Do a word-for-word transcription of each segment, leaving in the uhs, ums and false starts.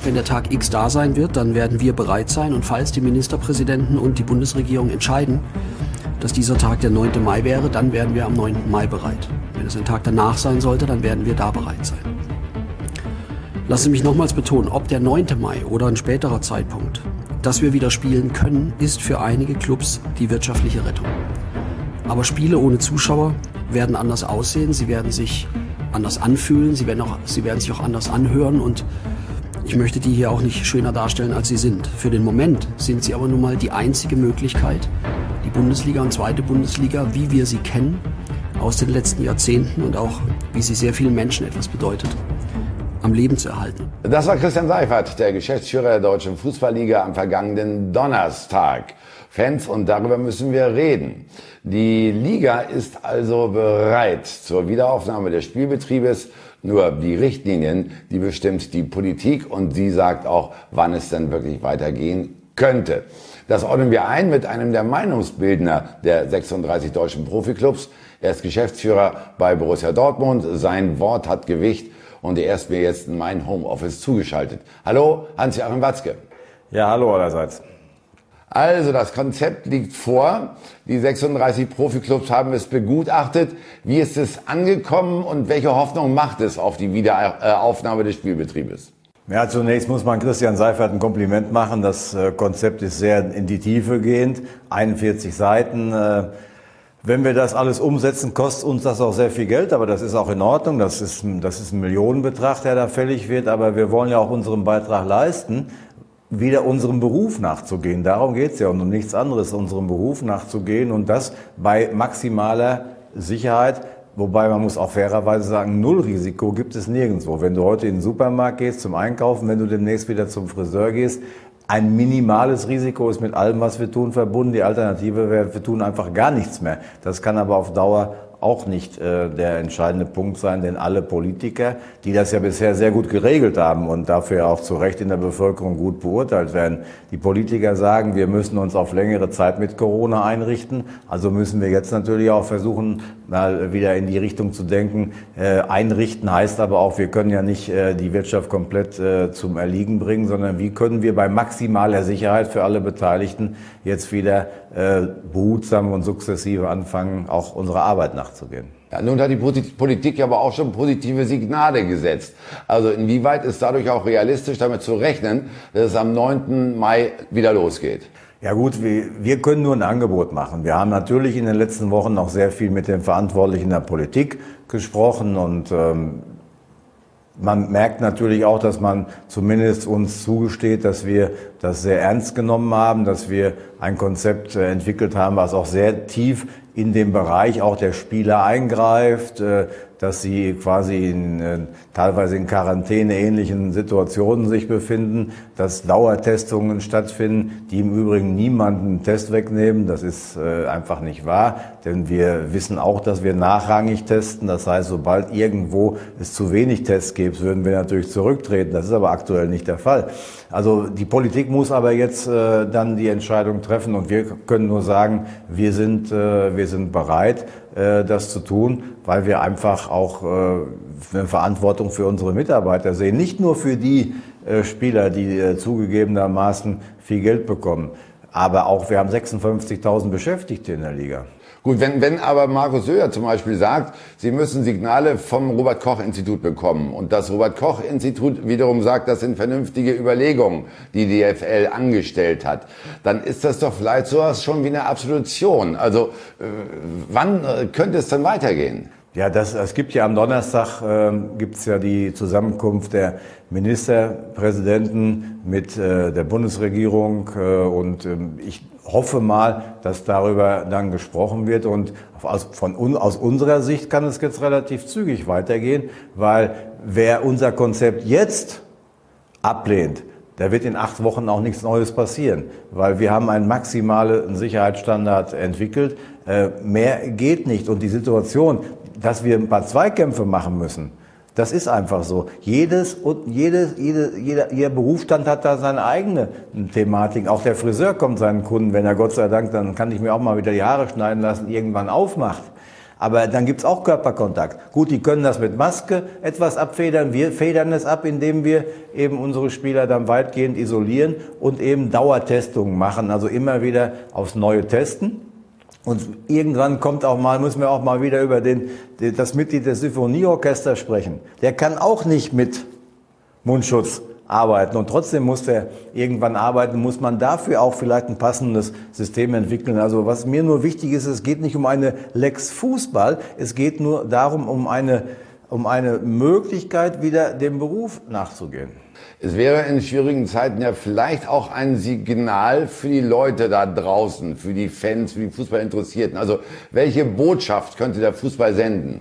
Wenn der Tag X da sein wird, dann werden wir bereit sein. Und falls die Ministerpräsidenten und die Bundesregierung entscheiden, dass dieser Tag der neunte Mai wäre, dann werden wir am neunten Mai bereit. Wenn es ein Tag danach sein sollte, dann werden wir da bereit sein. Lassen Sie mich nochmals betonen, ob der neunte Mai oder ein späterer Zeitpunkt, dass wir wieder spielen können, ist für einige Clubs die wirtschaftliche Rettung. Aber Spiele ohne Zuschauer werden anders aussehen, sie werden sich anders anfühlen, sie werden, auch, sie werden sich auch anders anhören und ich möchte die hier auch nicht schöner darstellen, als sie sind. Für den Moment sind sie aber nun mal die einzige Möglichkeit, die Bundesliga und zweite Bundesliga, wie wir sie kennen, aus den letzten Jahrzehnten und auch wie sie sehr vielen Menschen etwas bedeutet, am Leben zu erhalten. Das war Christian Seifert, der Geschäftsführer der Deutschen Fußballliga am vergangenen Donnerstag. Fans, und darüber müssen wir reden. Die Liga ist also bereit zur Wiederaufnahme des Spielbetriebes. Nur die Richtlinien, die bestimmt die Politik und sie sagt auch, wann es denn wirklich weitergehen könnte. Das ordnen wir ein mit einem der Meinungsbildner der sechsunddreißig deutschen Profiklubs. Er ist Geschäftsführer bei Borussia Dortmund. Sein Wort hat Gewicht und er ist mir jetzt in mein Homeoffice zugeschaltet. Hallo, Hans-Joachim Watzke. Ja, hallo allerseits. Also, das Konzept liegt vor. Die sechsunddreißig Profiklubs haben es begutachtet. Wie ist es angekommen und welche Hoffnung macht es auf die Wiederaufnahme des Spielbetriebes? Ja, zunächst muss man Christian Seifert ein Kompliment machen. Das Konzept ist sehr in die Tiefe gehend. einundvierzig Seiten. Wenn wir das alles umsetzen, kostet uns das auch sehr viel Geld, aber das ist auch in Ordnung. Das ist, das ist ein Millionenbetrag, der da fällig wird, aber wir wollen ja auch unseren Beitrag leisten, wieder unserem Beruf nachzugehen. Darum geht's ja und um nichts anderes, unserem Beruf nachzugehen und das bei maximaler Sicherheit. Wobei man muss auch fairerweise sagen, Nullrisiko gibt es nirgendwo. Wenn du heute in den Supermarkt gehst zum Einkaufen, wenn du demnächst wieder zum Friseur gehst, ein minimales Risiko ist mit allem, was wir tun, verbunden. Die Alternative wäre, wir tun einfach gar nichts mehr. Das kann aber auf Dauer auch nicht äh, der entscheidende Punkt sein, denn alle Politiker, die das ja bisher sehr gut geregelt haben und dafür auch zu Recht in der Bevölkerung gut beurteilt werden, die Politiker sagen, wir müssen uns auf längere Zeit mit Corona einrichten, also müssen wir jetzt natürlich auch versuchen, mal wieder in die Richtung zu denken. Äh, einrichten heißt aber auch, wir können ja nicht äh, die Wirtschaft komplett äh, zum Erliegen bringen, sondern wie können wir bei maximaler Sicherheit für alle Beteiligten jetzt wieder äh, behutsam und sukzessive anfangen, auch unserer Arbeit nachzugehen. Ja, nun hat die Politik aber auch schon positive Signale gesetzt. Also inwieweit ist dadurch auch realistisch damit zu rechnen, dass es am neunten Mai wieder losgeht? Ja gut, wir, wir können nur ein Angebot machen. Wir haben natürlich in den letzten Wochen noch sehr viel mit den Verantwortlichen der Politik gesprochen und ähm, man merkt natürlich auch, dass man zumindest uns zugesteht, dass wir das sehr ernst genommen haben, dass wir ein Konzept äh, entwickelt haben, was auch sehr tief in den Bereich auch der Spieler eingreift, äh, dass sie quasi in, äh, teilweise in Quarantäne-ähnlichen Situationen sich befinden, dass Dauertestungen stattfinden, die im Übrigen niemanden einen Test wegnehmen. Das ist äh, einfach nicht wahr, denn wir wissen auch, dass wir nachrangig testen. Das heißt, sobald irgendwo es zu wenig Tests gibt, würden wir natürlich zurücktreten. Das ist aber aktuell nicht der Fall. Also die Politik muss aber jetzt äh, dann die Entscheidung treffen und wir können nur sagen, wir sind, äh, wir sind bereit, äh, das zu tun, weil wir einfach auch äh, eine Verantwortung für unsere Mitarbeiter sehen. Nicht nur für die äh, Spieler, die äh, zugegebenermaßen viel Geld bekommen, aber auch wir haben sechsundfünfzigtausend Beschäftigte in der Liga. Gut, wenn, wenn aber Markus Söder zum Beispiel sagt, Sie müssen Signale vom Robert-Koch-Institut bekommen und das Robert-Koch-Institut wiederum sagt, das sind vernünftige Überlegungen, die die D F L angestellt hat, dann ist das doch vielleicht sowas schon wie eine Absolution. Also äh, wann äh, könnte es dann weitergehen? Ja, das, es gibt ja am Donnerstag äh, gibt's ja die Zusammenkunft der Ministerpräsidenten mit äh, der Bundesregierung äh, und äh, ich hoffe mal, dass darüber dann gesprochen wird und aus, von, aus unserer Sicht kann es jetzt relativ zügig weitergehen, weil wer unser Konzept jetzt ablehnt, da wird in acht Wochen auch nichts Neues passieren, weil wir haben einen maximalen Sicherheitsstandard entwickelt. Äh, mehr geht nicht und die Situation, dass wir ein paar Zweikämpfe machen müssen, das ist einfach so. Jedes und jedes, jede, jeder, jeder Berufsstand hat da seine eigene Thematik. Auch der Friseur kommt seinen Kunden, wenn er Gott sei Dank, dann kann ich mir auch mal wieder die Haare schneiden lassen, irgendwann aufmacht. Aber dann gibt's auch Körperkontakt. Gut, die können das mit Maske etwas abfedern. Wir federn es ab, indem wir eben unsere Spieler dann weitgehend isolieren und eben Dauertestungen machen. Also immer wieder aufs Neue testen. Und irgendwann kommt auch mal, müssen wir auch mal wieder über den, das Mitglied des Symphonieorchesters sprechen. Der kann auch nicht mit Mundschutz arbeiten. Und trotzdem muss der irgendwann arbeiten, muss man dafür auch vielleicht ein passendes System entwickeln. Also was mir nur wichtig ist, es geht nicht um eine Lex Fußball, es geht nur darum, um eine, um eine Möglichkeit, wieder dem Beruf nachzugehen. Es wäre in schwierigen Zeiten ja vielleicht auch ein Signal für die Leute da draußen, für die Fans, für die Fußballinteressierten. Also welche Botschaft könnte der Fußball senden?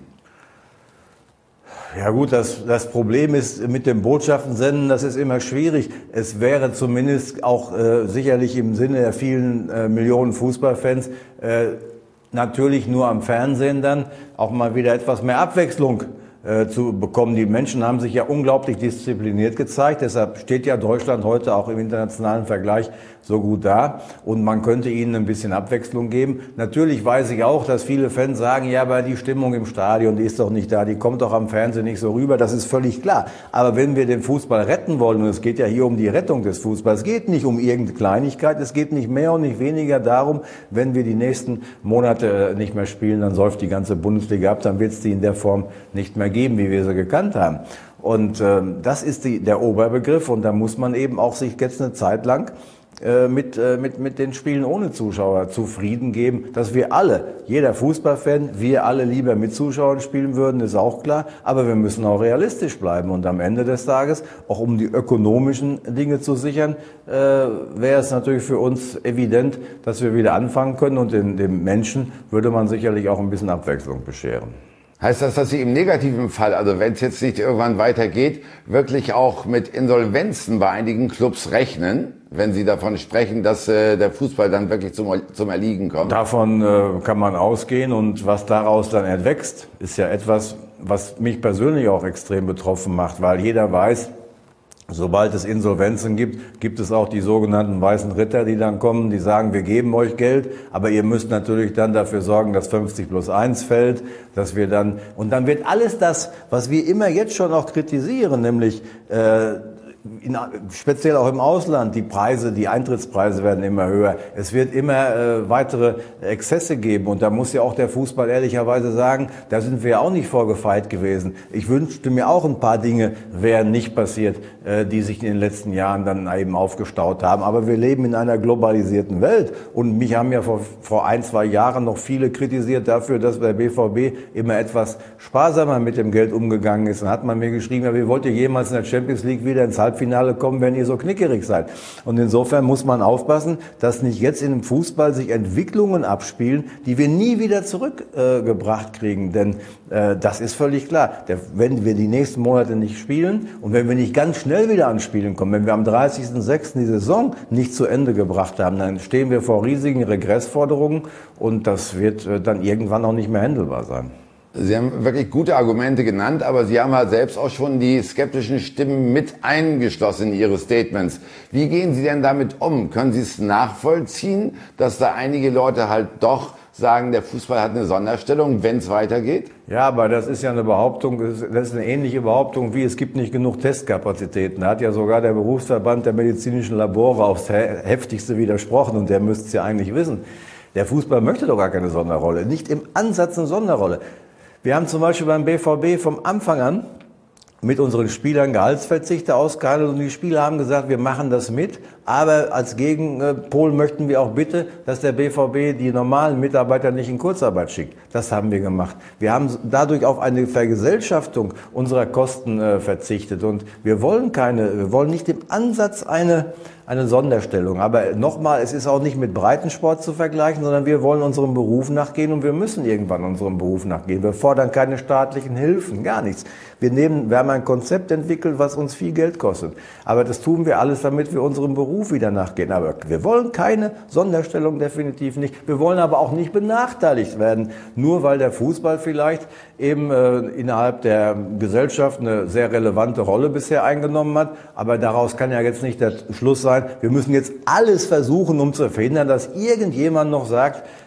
Ja gut, das, das Problem ist mit dem Botschaften senden, das ist immer schwierig. Es wäre zumindest auch äh, sicherlich im Sinne der vielen äh, Millionen Fußballfans äh, natürlich nur am Fernsehen dann auch mal wieder etwas mehr Abwechslung äh, zu bekommen. Die Menschen haben sich ja unglaublich diszipliniert gezeigt, deshalb steht ja Deutschland heute auch im internationalen Vergleich so gut da und man könnte ihnen ein bisschen Abwechslung geben. Natürlich weiß ich auch, dass viele Fans sagen, ja, aber die Stimmung im Stadion, die ist doch nicht da, die kommt doch am Fernsehen nicht so rüber, das ist völlig klar. Aber wenn wir den Fußball retten wollen, und es geht ja hier um die Rettung des Fußballs, es geht nicht um irgendeine Kleinigkeit, es geht nicht mehr und nicht weniger darum, wenn wir die nächsten Monate nicht mehr spielen, dann säuft die ganze Bundesliga ab, dann wird es die in der Form nicht mehr geben, wie wir sie gekannt haben. Und ähm, das ist die, der Oberbegriff und da muss man eben auch sich jetzt eine Zeit lang mit, mit, mit den Spielen ohne Zuschauer zufrieden geben, dass wir alle, jeder Fußballfan, wir alle lieber mit Zuschauern spielen würden, ist auch klar, aber wir müssen auch realistisch bleiben und am Ende des Tages, auch um die ökonomischen Dinge zu sichern, äh, wäre es natürlich für uns evident, dass wir wieder anfangen können und den, dem Menschen würde man sicherlich auch ein bisschen Abwechslung bescheren. Heißt das, dass Sie im negativen Fall, also wenn es jetzt nicht irgendwann weitergeht, wirklich auch mit Insolvenzen bei einigen Clubs rechnen, wenn Sie davon sprechen, dass äh, der Fußball dann wirklich zum, zum Erliegen kommt? Davon äh, kann man ausgehen und was daraus dann erwächst, ist ja etwas, was mich persönlich auch extrem betroffen macht, weil jeder weiß, sobald es Insolvenzen gibt, gibt es auch die sogenannten weißen Ritter, die dann kommen, die sagen, wir geben euch Geld, aber ihr müsst natürlich dann dafür sorgen, dass fünfzig plus eins fällt, dass wir dann, und dann wird alles das, was wir immer jetzt schon auch kritisieren, nämlich äh, in, speziell auch im Ausland, die Preise, die Eintrittspreise werden immer höher. Es wird immer äh, weitere Exzesse geben und da muss ja auch der Fußball ehrlicherweise sagen, da sind wir ja auch nicht vorgefeit gewesen. Ich wünschte mir auch ein paar Dinge wären nicht passiert, äh, die sich in den letzten Jahren dann eben aufgestaut haben. Aber wir leben in einer globalisierten Welt und mich haben ja vor, vor ein, zwei Jahren noch viele kritisiert dafür, dass der B V B immer etwas sparsamer mit dem Geld umgegangen ist. Dann hat man mir geschrieben, ja, wie wollt ihr jemals in der Champions League wieder ins Halbfinale Finale kommen, wenn ihr so knickerig seid. Und insofern muss man aufpassen, dass nicht jetzt in dem Fußball sich Entwicklungen abspielen, die wir nie wieder zurückgebracht äh, kriegen. Denn äh, das ist völlig klar. Der, wenn wir die nächsten Monate nicht spielen und wenn wir nicht ganz schnell wieder ans Spielen kommen, wenn wir am dreißigsten sechsten die Saison nicht zu Ende gebracht haben, dann stehen wir vor riesigen Regressforderungen und das wird äh, dann irgendwann auch nicht mehr handelbar sein. Sie haben wirklich gute Argumente genannt, aber Sie haben halt selbst auch schon die skeptischen Stimmen mit eingeschlossen in Ihre Statements. Wie gehen Sie denn damit um? Können Sie es nachvollziehen, dass da einige Leute halt doch sagen, der Fußball hat eine Sonderstellung, wenn es weitergeht? Ja, aber das ist ja eine Behauptung, das ist eine ähnliche Behauptung wie es gibt nicht genug Testkapazitäten. Da hat ja sogar der Berufsverband der medizinischen Labore aufs heftigste widersprochen und der müsste es ja eigentlich wissen. Der Fußball möchte doch gar keine Sonderrolle, nicht im Ansatz eine Sonderrolle. Wir haben zum Beispiel beim B V B vom Anfang an mit unseren Spielern Gehaltsverzichte ausgehandelt und die Spieler haben gesagt, wir machen das mit, aber als Gegenpol möchten wir auch bitte, dass der B V B die normalen Mitarbeiter nicht in Kurzarbeit schickt. Das haben wir gemacht. Wir haben dadurch auf eine Vergesellschaftung unserer Kosten äh, verzichtet und wir wollen keine, wir wollen nicht im Ansatz eine eine Sonderstellung. Aber nochmal, es ist auch nicht mit Breitensport zu vergleichen, sondern wir wollen unserem Beruf nachgehen und wir müssen irgendwann unserem Beruf nachgehen. Wir fordern keine staatlichen Hilfen, gar nichts. Wir nehmen, wir haben ein Konzept entwickelt, was uns viel Geld kostet. Aber das tun wir alles, damit wir unserem Beruf wieder nachgehen. Aber wir wollen keine Sonderstellung, definitiv nicht. Wir wollen aber auch nicht benachteiligt werden, nur weil der Fußball vielleicht eben äh, innerhalb der Gesellschaft eine sehr relevante Rolle bisher eingenommen hat. Aber daraus kann ja jetzt nicht der Schluss sein, wir müssen jetzt alles versuchen, um zu verhindern, dass irgendjemand noch sagt,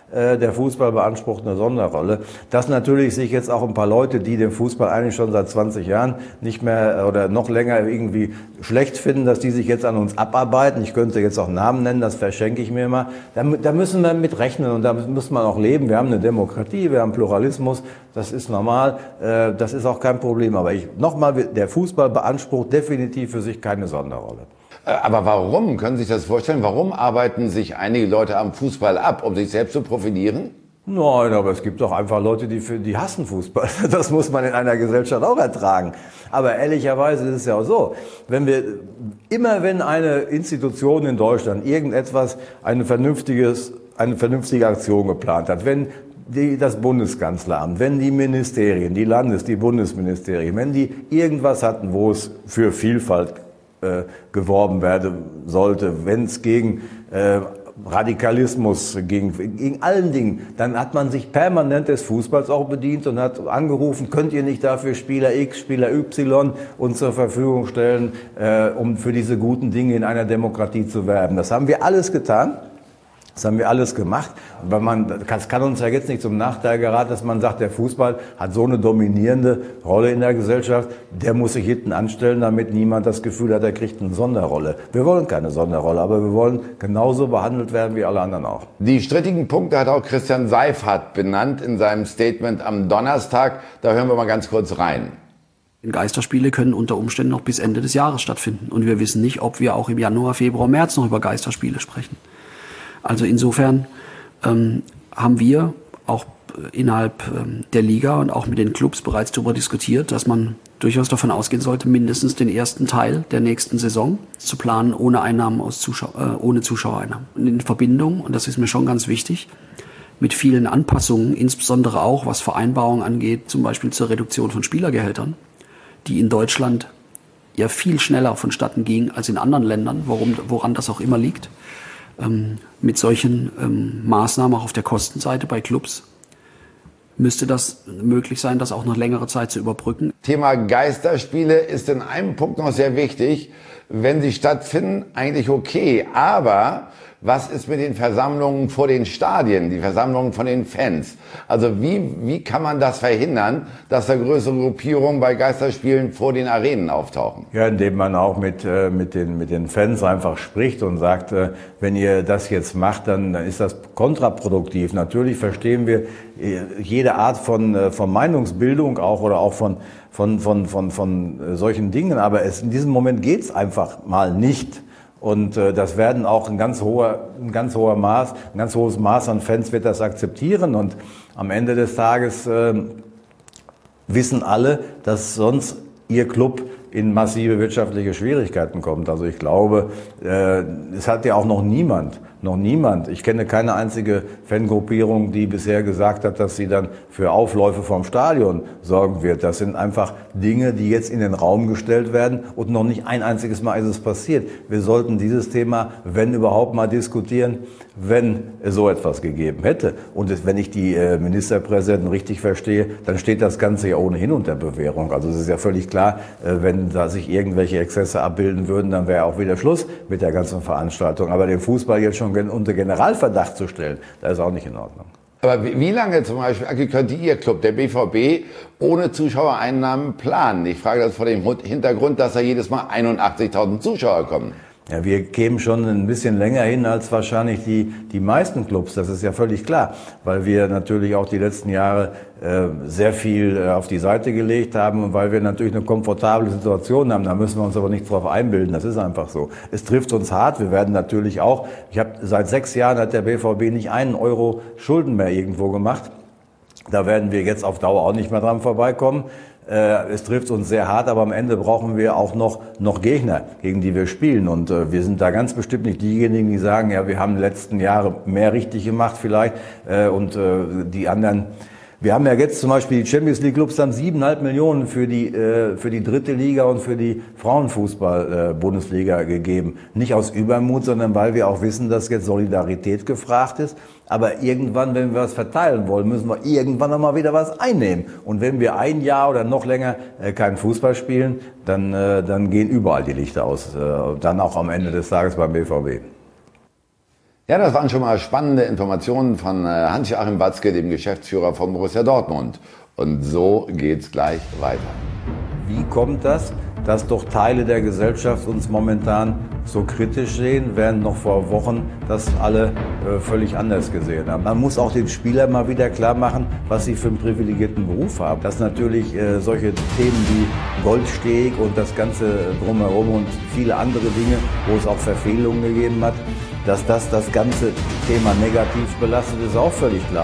der Fußball beansprucht eine Sonderrolle. Dass natürlich sich jetzt auch ein paar Leute, die den Fußball eigentlich schon seit zwanzig Jahren nicht mehr oder noch länger irgendwie schlecht finden, dass die sich jetzt an uns abarbeiten. Ich könnte jetzt auch Namen nennen, das verschenke ich mir mal. Da, da müssen wir mit rechnen und da muss man auch leben. Wir haben eine Demokratie, wir haben Pluralismus, das ist normal, das ist auch kein Problem. Aber ich, nochmal, der Fußball beansprucht definitiv für sich keine Sonderrolle. Aber warum, können Sie sich das vorstellen, warum arbeiten sich einige Leute am Fußball ab, um sich selbst zu profilieren? Nein, aber es gibt doch einfach Leute, die, für, die hassen Fußball. Das muss man in einer Gesellschaft auch ertragen. Aber ehrlicherweise ist es ja auch so, wenn wir, immer wenn eine Institution in Deutschland irgendetwas, eine vernünftiges, eine vernünftige Aktion geplant hat, wenn die, das Bundeskanzleramt, wenn die Ministerien, die Landes-, die Bundesministerien, wenn die irgendwas hatten, wo es für Vielfalt äh, geworben werden sollte, wenn es gegen äh, Radikalismus, gegen, gegen allen Dingen, dann hat man sich permanent des Fußballs auch bedient und hat angerufen, könnt ihr nicht dafür Spieler X, Spieler Y uns zur Verfügung stellen, äh, um für diese guten Dinge in einer Demokratie zu werben. Das haben wir alles getan. Das haben wir alles gemacht. Aber man, das kann uns ja jetzt nicht zum Nachteil geraten, dass man sagt, der Fußball hat so eine dominierende Rolle in der Gesellschaft, der muss sich hinten anstellen, damit niemand das Gefühl hat, er kriegt eine Sonderrolle. Wir wollen keine Sonderrolle, aber wir wollen genauso behandelt werden wie alle anderen auch. Die strittigen Punkte hat auch Christian Seifert benannt in seinem Statement am Donnerstag. Da hören wir mal ganz kurz rein. Geisterspiele können unter Umständen noch bis Ende des Jahres stattfinden. Und wir wissen nicht, ob wir auch im Januar, Februar, März noch über Geisterspiele sprechen. Also insofern ähm, haben wir auch innerhalb ähm, der Liga und auch mit den Clubs bereits darüber diskutiert, dass man durchaus davon ausgehen sollte, mindestens den ersten Teil der nächsten Saison zu planen, ohne Einnahmen aus Zuschau- äh, ohne Zuschauereinnahmen. Und in Verbindung, und das ist mir schon ganz wichtig, mit vielen Anpassungen, insbesondere auch was Vereinbarungen angeht, zum Beispiel zur Reduktion von Spielergehältern, die in Deutschland ja viel schneller vonstatten ging als in anderen Ländern, worum, woran das auch immer liegt. Ähm, mit solchen ähm, Maßnahmen auch auf der Kostenseite bei Clubs müsste das möglich sein, das auch noch längere Zeit zu überbrücken. Thema Geisterspiele ist in einem Punkt noch sehr wichtig. Wenn sie stattfinden, eigentlich okay. Aber was ist mit den Versammlungen vor den Stadien, die Versammlungen von den Fans? Also wie, wie kann man das verhindern, dass da größere Gruppierungen bei Geisterspielen vor den Arenen auftauchen? Ja, indem man auch mit, äh, mit, den, mit den Fans einfach spricht und sagt, äh, wenn ihr das jetzt macht, dann, dann ist das kontraproduktiv. Natürlich verstehen wir äh, jede Art von, äh, von Meinungsbildung auch oder auch von, von, von, von, von äh, solchen Dingen, aber es, in diesem Moment geht's einfach mal nicht. Und äh, das werden auch ein ganz hoher, ein ganz hoher Maß, ein ganz hohes Maß an Fans wird das akzeptieren. Und am Ende des Tages äh, wissen alle, dass sonst ihr Club in massive wirtschaftliche Schwierigkeiten kommt. Also ich glaube, äh, es hat ja auch noch niemand, noch niemand, ich kenne keine einzige Fangruppierung, die bisher gesagt hat, dass sie dann für Aufläufe vom Stadion sorgen wird. Das sind einfach Dinge, die jetzt in den Raum gestellt werden und noch nicht ein einziges Mal ist es passiert. Wir sollten dieses Thema, wenn überhaupt, mal diskutieren, wenn es so etwas gegeben hätte. Und es, wenn ich die äh, Ministerpräsidenten richtig verstehe, dann steht das Ganze ja ohnehin unter Bewährung. Also es ist ja völlig klar, äh, wenn da sich irgendwelche Exzesse abbilden würden, dann wäre auch wieder Schluss mit der ganzen Veranstaltung. Aber den Fußball jetzt schon unter Generalverdacht zu stellen, das ist auch nicht in Ordnung. Aber wie, wie lange zum Beispiel könnte Ihr Club, der B V B, ohne Zuschauereinnahmen planen? Ich frage das vor dem Hintergrund, dass da jedes Mal einundachtzigtausend Zuschauer kommen. Ja, wir kämen schon ein bisschen länger hin als wahrscheinlich die, die meisten Clubs, das ist ja völlig klar, weil wir natürlich auch die letzten Jahre äh, sehr viel äh, auf die Seite gelegt haben und weil wir natürlich eine komfortable Situation haben, da müssen wir uns aber nicht drauf einbilden, das ist einfach so. Es trifft uns hart, wir werden natürlich auch, ich habe seit sechs Jahren hat der B V B nicht einen Euro Schulden mehr irgendwo gemacht, da werden wir jetzt auf Dauer auch nicht mehr dran vorbeikommen. Es trifft uns sehr hart, aber am Ende brauchen wir auch noch, noch Gegner, gegen die wir spielen. Und äh, wir sind da ganz bestimmt nicht diejenigen, die sagen, ja, wir haben die letzten Jahre mehr richtig gemacht vielleicht. Äh, und äh, die anderen, wir haben ja jetzt zum Beispiel die Champions League Clubs haben siebeneinhalb Millionen für die, äh, für die dritte Liga und für die Frauenfußball-Bundesliga äh, gegeben. Nicht aus Übermut, sondern weil wir auch wissen, dass jetzt Solidarität gefragt ist. Aber irgendwann, wenn wir was verteilen wollen, müssen wir irgendwann noch mal wieder was einnehmen. Und wenn wir ein Jahr oder noch länger äh, keinen Fußball spielen, dann, äh, dann gehen überall die Lichter aus. Äh, dann auch am Ende des Tages beim B V B. Ja, das waren schon mal spannende Informationen von Hans-Joachim Watzke, dem Geschäftsführer von Borussia Dortmund. Und so geht's gleich weiter. Wie kommt das, dass doch Teile der Gesellschaft uns momentan so kritisch sehen, während noch vor Wochen das alle äh, völlig anders gesehen haben? Man muss auch den Spielern mal wieder klar machen, was sie für einen privilegierten Beruf haben. Dass natürlich äh, solche Themen wie Goldsteg und das Ganze drumherum und viele andere Dinge, wo es auch Verfehlungen gegeben hat, dass das das ganze Thema negativ belastet, ist auch völlig klar.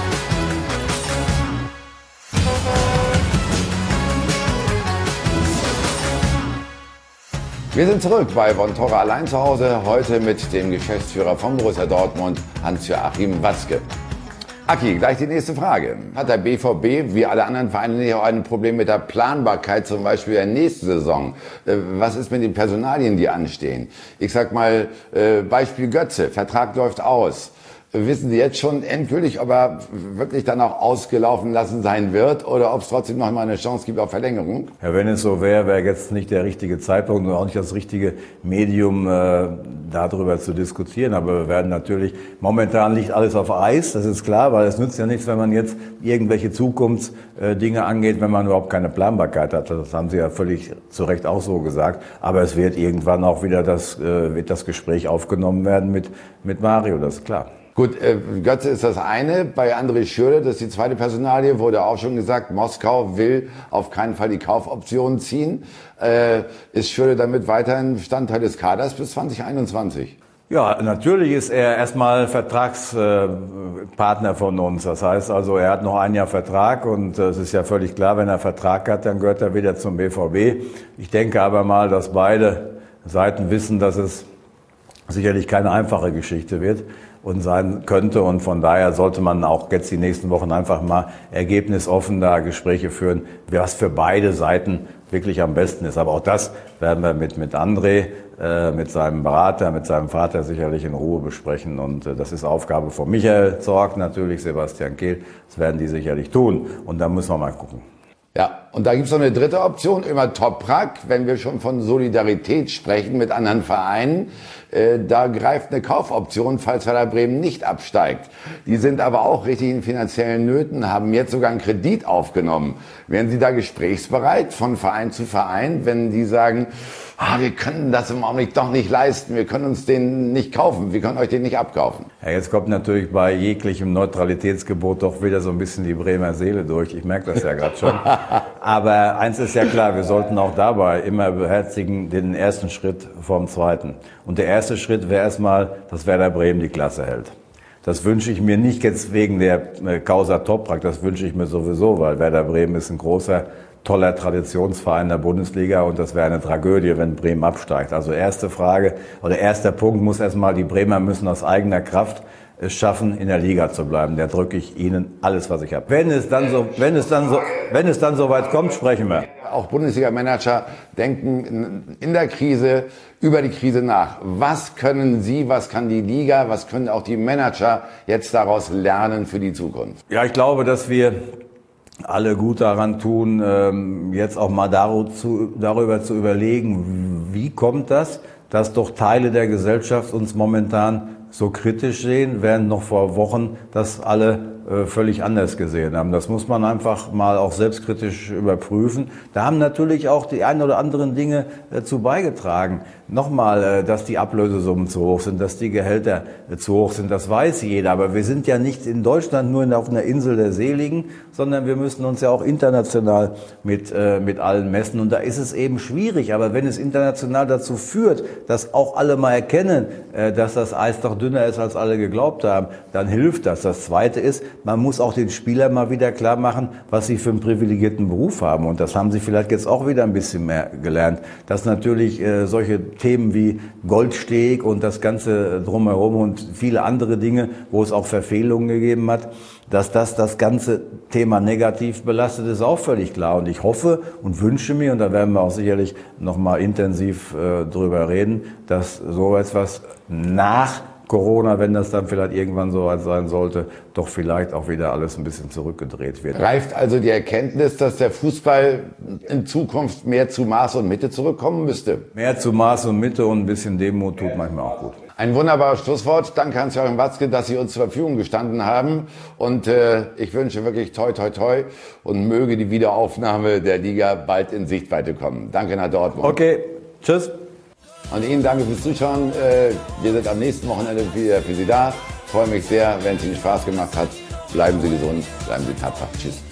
Wir sind zurück bei Von Torra allein zu Hause, heute mit dem Geschäftsführer von Borussia Dortmund, Hans-Joachim Watzke. Aki, gleich die nächste Frage. Hat der B V B, wie alle anderen Vereine, nicht auch ein Problem mit der Planbarkeit, zum Beispiel der nächsten Saison? Was ist mit den Personalien, die anstehen? Ich sag mal, Beispiel Götze, Vertrag läuft aus. Wissen Sie jetzt schon endgültig, ob er wirklich dann auch ausgelaufen lassen sein wird oder ob es trotzdem noch mal eine Chance gibt auf Verlängerung? Ja, wenn es so wäre, wäre jetzt nicht der richtige Zeitpunkt und auch nicht das richtige Medium, äh, darüber zu diskutieren. Aber wir werden natürlich, momentan liegt alles auf Eis, das ist klar, weil es nützt ja nichts, wenn man jetzt irgendwelche Zukunftsdinge angeht, wenn man überhaupt keine Planbarkeit hat. Das haben Sie ja völlig zu Recht auch so gesagt. Aber es wird irgendwann auch wieder das, äh, wird das Gespräch aufgenommen werden mit, mit Mario, das ist klar. Gut, äh, Götze ist das eine. Bei André Schürrle, das ist die zweite Personalie, wurde auch schon gesagt, Moskau will auf keinen Fall die Kaufoption ziehen. Äh, ist Schürrle damit weiterhin Bestandteil des Kaders bis zwanzig einundzwanzig? Ja, natürlich ist er erstmal Vertragspartner von uns. Das heißt also, er hat noch ein Jahr Vertrag und es ist ja völlig klar, wenn er Vertrag hat, dann gehört er wieder zum B V B. Ich denke aber mal, dass beide Seiten wissen, dass es sicherlich keine einfache Geschichte wird und sein könnte. Und von daher sollte man auch jetzt die nächsten Wochen einfach mal ergebnisoffen da Gespräche führen, was für beide Seiten wirklich am besten ist. Aber auch das werden wir mit, mit André, äh, mit seinem Berater, mit seinem Vater sicherlich in Ruhe besprechen. Und äh, das ist Aufgabe von Michael Zorc, natürlich Sebastian Kehl. Das werden die sicherlich tun. Und da müssen wir mal gucken. Ja, und da gibt's noch eine dritte Option, immer Toprak, wenn wir schon von Solidarität sprechen mit anderen Vereinen. Äh, da greift eine Kaufoption, falls Werder Bremen nicht absteigt. Die sind aber auch richtig in finanziellen Nöten, haben jetzt sogar einen Kredit aufgenommen. Wären Sie da gesprächsbereit von Verein zu Verein, wenn die sagen, ah, wir können das im Augenblick doch nicht leisten, wir können uns den nicht kaufen, wir können euch den nicht abkaufen? Ja, jetzt kommt natürlich bei jeglichem Neutralitätsgebot doch wieder so ein bisschen die Bremer Seele durch. Ich merke das ja gerade schon. Aber eins ist ja klar, wir sollten auch dabei immer beherzigen den ersten Schritt vom zweiten. Und der erste Schritt wäre erstmal, dass Werder Bremen die Klasse hält. Das wünsche ich mir nicht jetzt wegen der Causa Toprak, das wünsche ich mir sowieso, weil Werder Bremen ist ein großer, toller Traditionsverein der Bundesliga und das wäre eine Tragödie, wenn Bremen absteigt. Also erste Frage oder erster Punkt muss erstmal, die Bremer müssen aus eigener Kraft es schaffen, in der Liga zu bleiben. Da drücke ich Ihnen alles, was ich habe. Wenn es dann so, wenn es dann so, wenn es dann so weit kommt, sprechen wir. Auch Bundesliga-Manager denken in der Krise über die Krise nach. Was können Sie, was kann die Liga, was können auch die Manager jetzt daraus lernen für die Zukunft? Ja, ich glaube, dass wir alle gut daran tun, jetzt auch mal darüber zu überlegen, wie kommt das, dass doch Teile der Gesellschaft uns momentan so kritisch sehen, während noch vor Wochen das alle äh, völlig anders gesehen haben. Das muss man einfach mal auch selbstkritisch überprüfen. Da haben natürlich auch die ein oder anderen Dinge dazu beigetragen. Nochmal, äh, dass die Ablösesummen zu hoch sind, dass die Gehälter äh, zu hoch sind, das weiß jeder. Aber wir sind ja nicht in Deutschland nur auf einer Insel der Seligen, sondern wir müssen uns ja auch international mit, äh, mit allen messen. Und da ist es eben schwierig. Aber wenn es international dazu führt, dass auch alle mal erkennen, äh, dass das Eis doch dünner ist, als alle geglaubt haben, dann hilft das. Das Zweite ist, man muss auch den Spielern mal wieder klar machen, was sie für einen privilegierten Beruf haben. Und das haben sie vielleicht jetzt auch wieder ein bisschen mehr gelernt, dass natürlich äh, solche Themen wie Goldsteg und das Ganze drumherum und viele andere Dinge, wo es auch Verfehlungen gegeben hat, dass das das ganze Thema negativ belastet ist, auch völlig klar. Und ich hoffe und wünsche mir, und da werden wir auch sicherlich noch mal intensiv äh, drüber reden, dass so etwas nach Corona, wenn das dann vielleicht irgendwann so weit sein sollte, doch vielleicht auch wieder alles ein bisschen zurückgedreht wird. Reift also die Erkenntnis, dass der Fußball in Zukunft mehr zu Maß und Mitte zurückkommen müsste? Mehr zu Maß und Mitte und ein bisschen Demut tut manchmal auch gut. Ein wunderbares Schlusswort. Danke Hans-Joachim Watzke, dass Sie uns zur Verfügung gestanden haben. Und äh, ich wünsche wirklich toi, toi, toi und möge die Wiederaufnahme der Liga bald in Sichtweite kommen. Danke nach Dortmund. Okay, tschüss. Und Ihnen danke fürs Zuschauen. Äh, wir sind am nächsten Wochenende wieder für Sie da. Ich freue mich sehr, wenn es Ihnen Spaß gemacht hat. Bleiben Sie gesund, bleiben Sie tapfer. Tschüss.